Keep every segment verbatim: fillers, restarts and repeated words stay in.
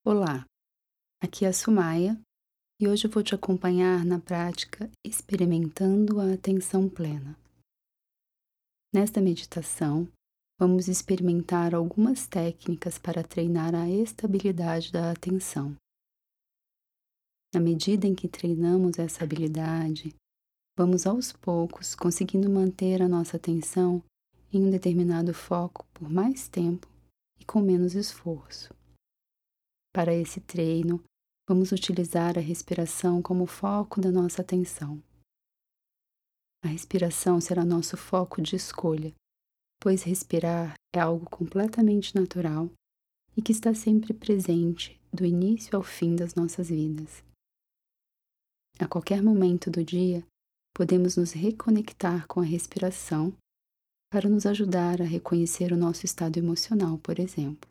Olá, aqui é a Sumaia e hoje eu vou te acompanhar na prática experimentando a atenção plena. Nesta meditação, vamos experimentar algumas técnicas para treinar a estabilidade da atenção. Na medida em que treinamos essa habilidade, vamos aos poucos conseguindo manter a nossa atenção em um determinado foco por mais tempo e com menos esforço. Para esse treino, vamos utilizar a respiração como foco da nossa atenção. A respiração será nosso foco de escolha, pois respirar é algo completamente natural e que está sempre presente do início ao fim das nossas vidas. A qualquer momento do dia, podemos nos reconectar com a respiração para nos ajudar a reconhecer o nosso estado emocional, por exemplo.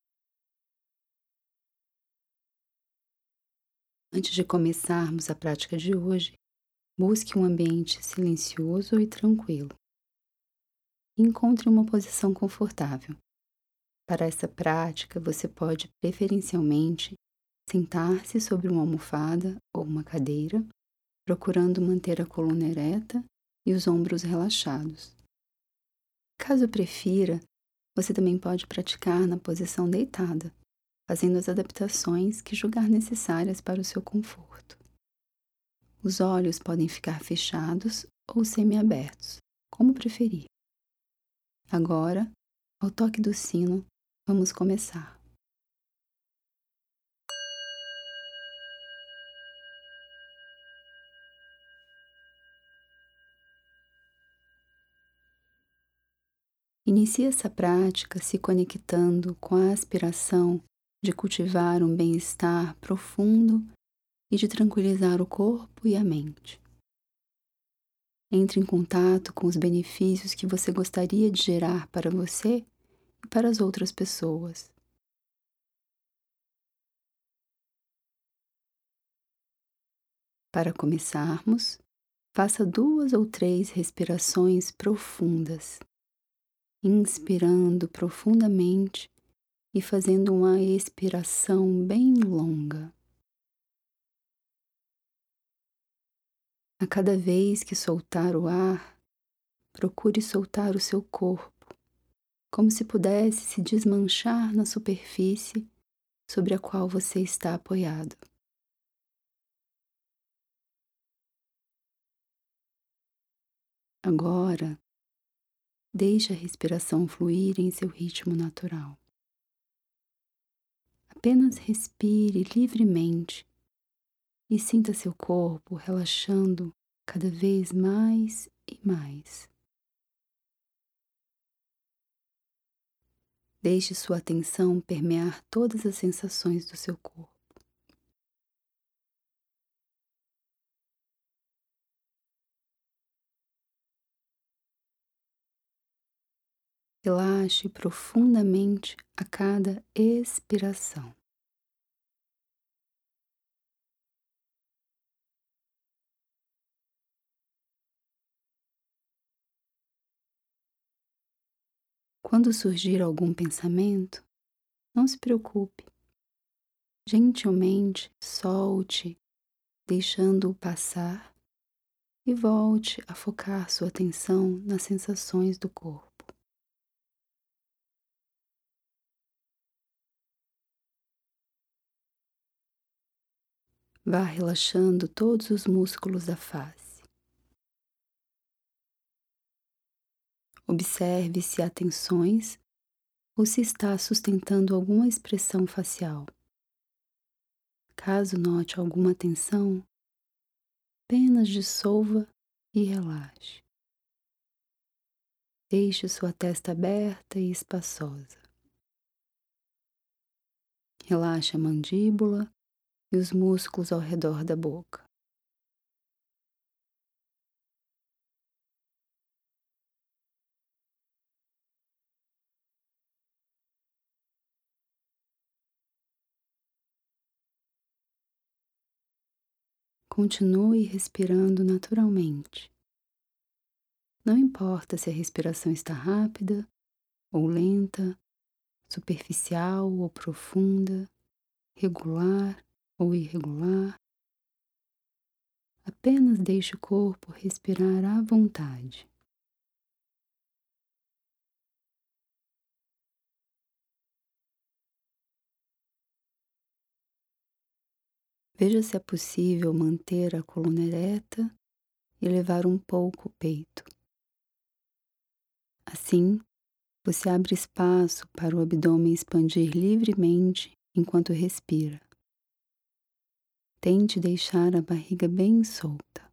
Antes de começarmos a prática de hoje, busque um ambiente silencioso e tranquilo. Encontre uma posição confortável. Para essa prática, você pode preferencialmente sentar-se sobre uma almofada ou uma cadeira, procurando manter a coluna ereta e os ombros relaxados. Caso prefira, você também pode praticar na posição deitada, fazendo as adaptações que julgar necessárias para o seu conforto. Os olhos podem ficar fechados ou semiabertos, como preferir. Agora, ao toque do sino, vamos começar. Inicie essa prática se conectando com a aspiração de cultivar um bem-estar profundo e de tranquilizar o corpo e a mente. Entre em contato com os benefícios que você gostaria de gerar para você e para as outras pessoas. Para começarmos, faça duas ou três respirações profundas, inspirando profundamente e fazendo uma expiração bem longa. A cada vez que soltar o ar, procure soltar o seu corpo, como se pudesse se desmanchar na superfície sobre a qual você está apoiado. Agora, deixe a respiração fluir em seu ritmo natural. Apenas respire livremente e sinta seu corpo relaxando cada vez mais e mais. Deixe sua atenção permear todas as sensações do seu corpo. Relaxe profundamente a cada expiração. Quando surgir algum pensamento, não se preocupe. Gentilmente solte, deixando-o passar, e volte a focar sua atenção nas sensações do corpo. Vá relaxando todos os músculos da face. Observe se há tensões ou se está sustentando alguma expressão facial. Caso note alguma tensão, apenas dissolva e relaxe. Deixe sua testa aberta e espaçosa. Relaxe a mandíbula e os músculos ao redor da boca. Continue respirando naturalmente. Não importa se a respiração está rápida ou lenta, superficial ou profunda, regular ou irregular. Apenas deixe o corpo respirar à vontade. Veja se é possível manter a coluna ereta e elevar um pouco o peito. Assim, você abre espaço para o abdômen expandir livremente enquanto respira. Tente deixar a barriga bem solta.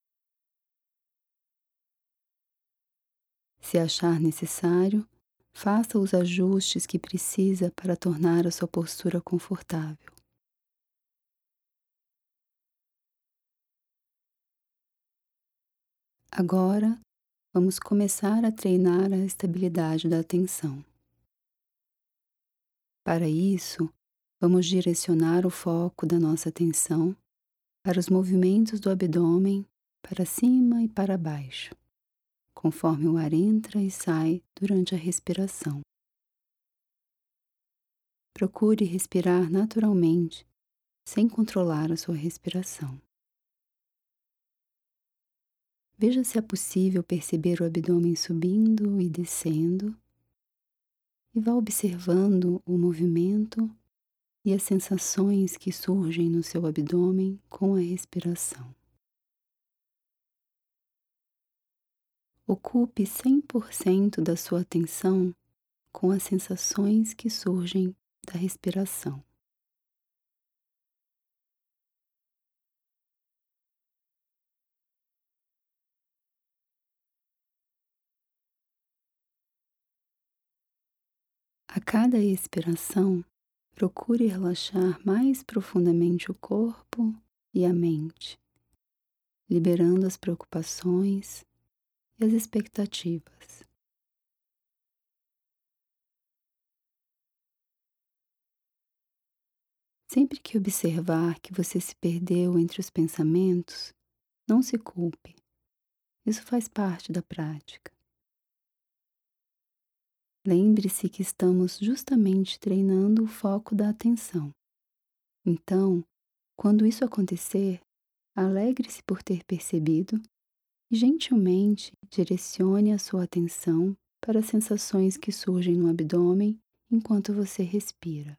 Se achar necessário, faça os ajustes que precisa para tornar a sua postura confortável. Agora, vamos começar a treinar a estabilidade da atenção. Para isso, vamos direcionar o foco da nossa atenção para os movimentos do abdômen, para cima e para baixo, conforme o ar entra e sai durante a respiração. Procure respirar naturalmente, sem controlar a sua respiração. Veja se é possível perceber o abdômen subindo e descendo, e vá observando o movimento e as sensações que surgem no seu abdômen com a respiração. Ocupe cem por cento da sua atenção com as sensações que surgem da respiração. A cada expiração, procure relaxar mais profundamente o corpo e a mente, liberando as preocupações e as expectativas. Sempre que observar que você se perdeu entre os pensamentos, não se culpe. Isso faz parte da prática. Lembre-se que estamos justamente treinando o foco da atenção. Então, quando isso acontecer, alegre-se por ter percebido e gentilmente direcione a sua atenção para as sensações que surgem no abdômen enquanto você respira.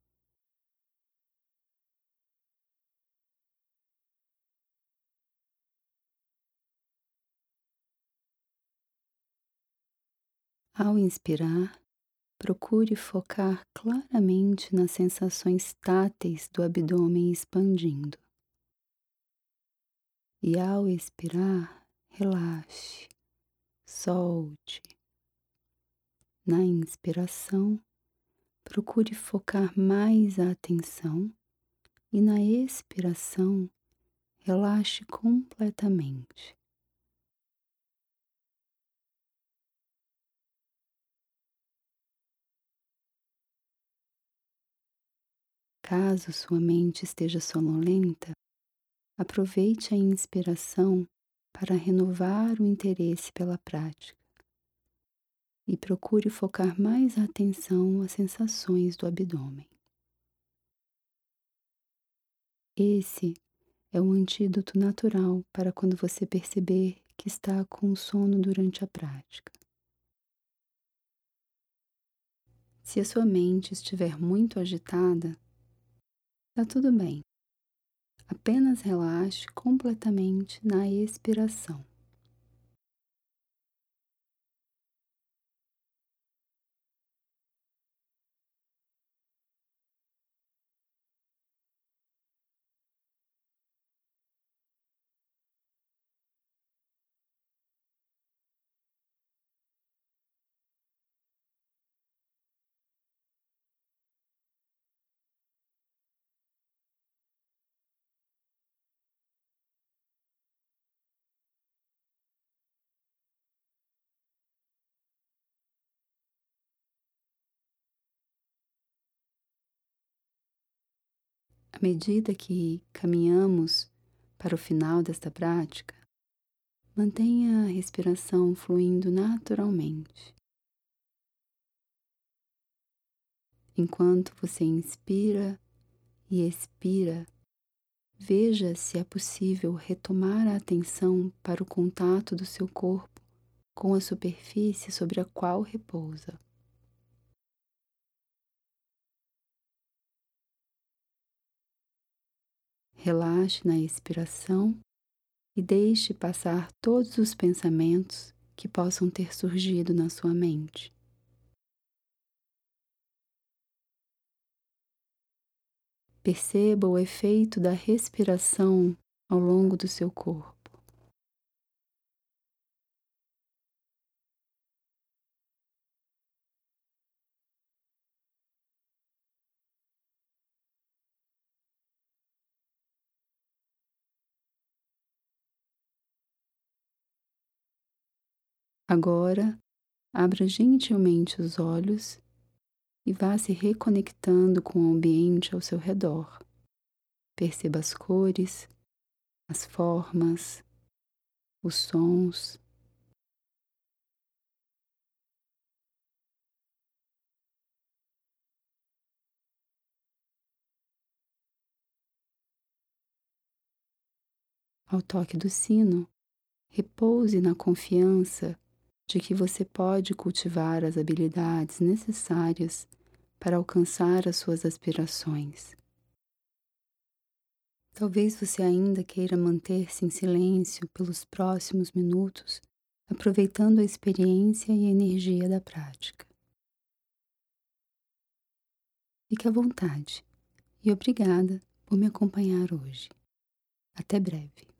Ao inspirar, procure focar claramente nas sensações táteis do abdômen expandindo. E ao expirar, relaxe, solte. Na inspiração, procure focar mais a atenção e na expiração, relaxe completamente. Caso sua mente esteja sonolenta, aproveite a inspiração para renovar o interesse pela prática e procure focar mais a atenção às sensações do abdômen. Esse é um antídoto natural para quando você perceber que está com sono durante a prática. Se a sua mente estiver muito agitada, está tudo bem. Apenas relaxe completamente na expiração. À medida que caminhamos para o final desta prática, mantenha a respiração fluindo naturalmente. Enquanto você inspira e expira, veja se é possível retomar a atenção para o contato do seu corpo com a superfície sobre a qual repousa. Relaxe na expiração e deixe passar todos os pensamentos que possam ter surgido na sua mente. Perceba o efeito da respiração ao longo do seu corpo. Agora, abra gentilmente os olhos e vá se reconectando com o ambiente ao seu redor. Perceba as cores, as formas, os sons. Ao toque do sino, repouse na confiança de que você pode cultivar as habilidades necessárias para alcançar as suas aspirações. Talvez você ainda queira manter-se em silêncio pelos próximos minutos, aproveitando a experiência e a energia da prática. Fique à vontade e obrigada por me acompanhar hoje. Até breve.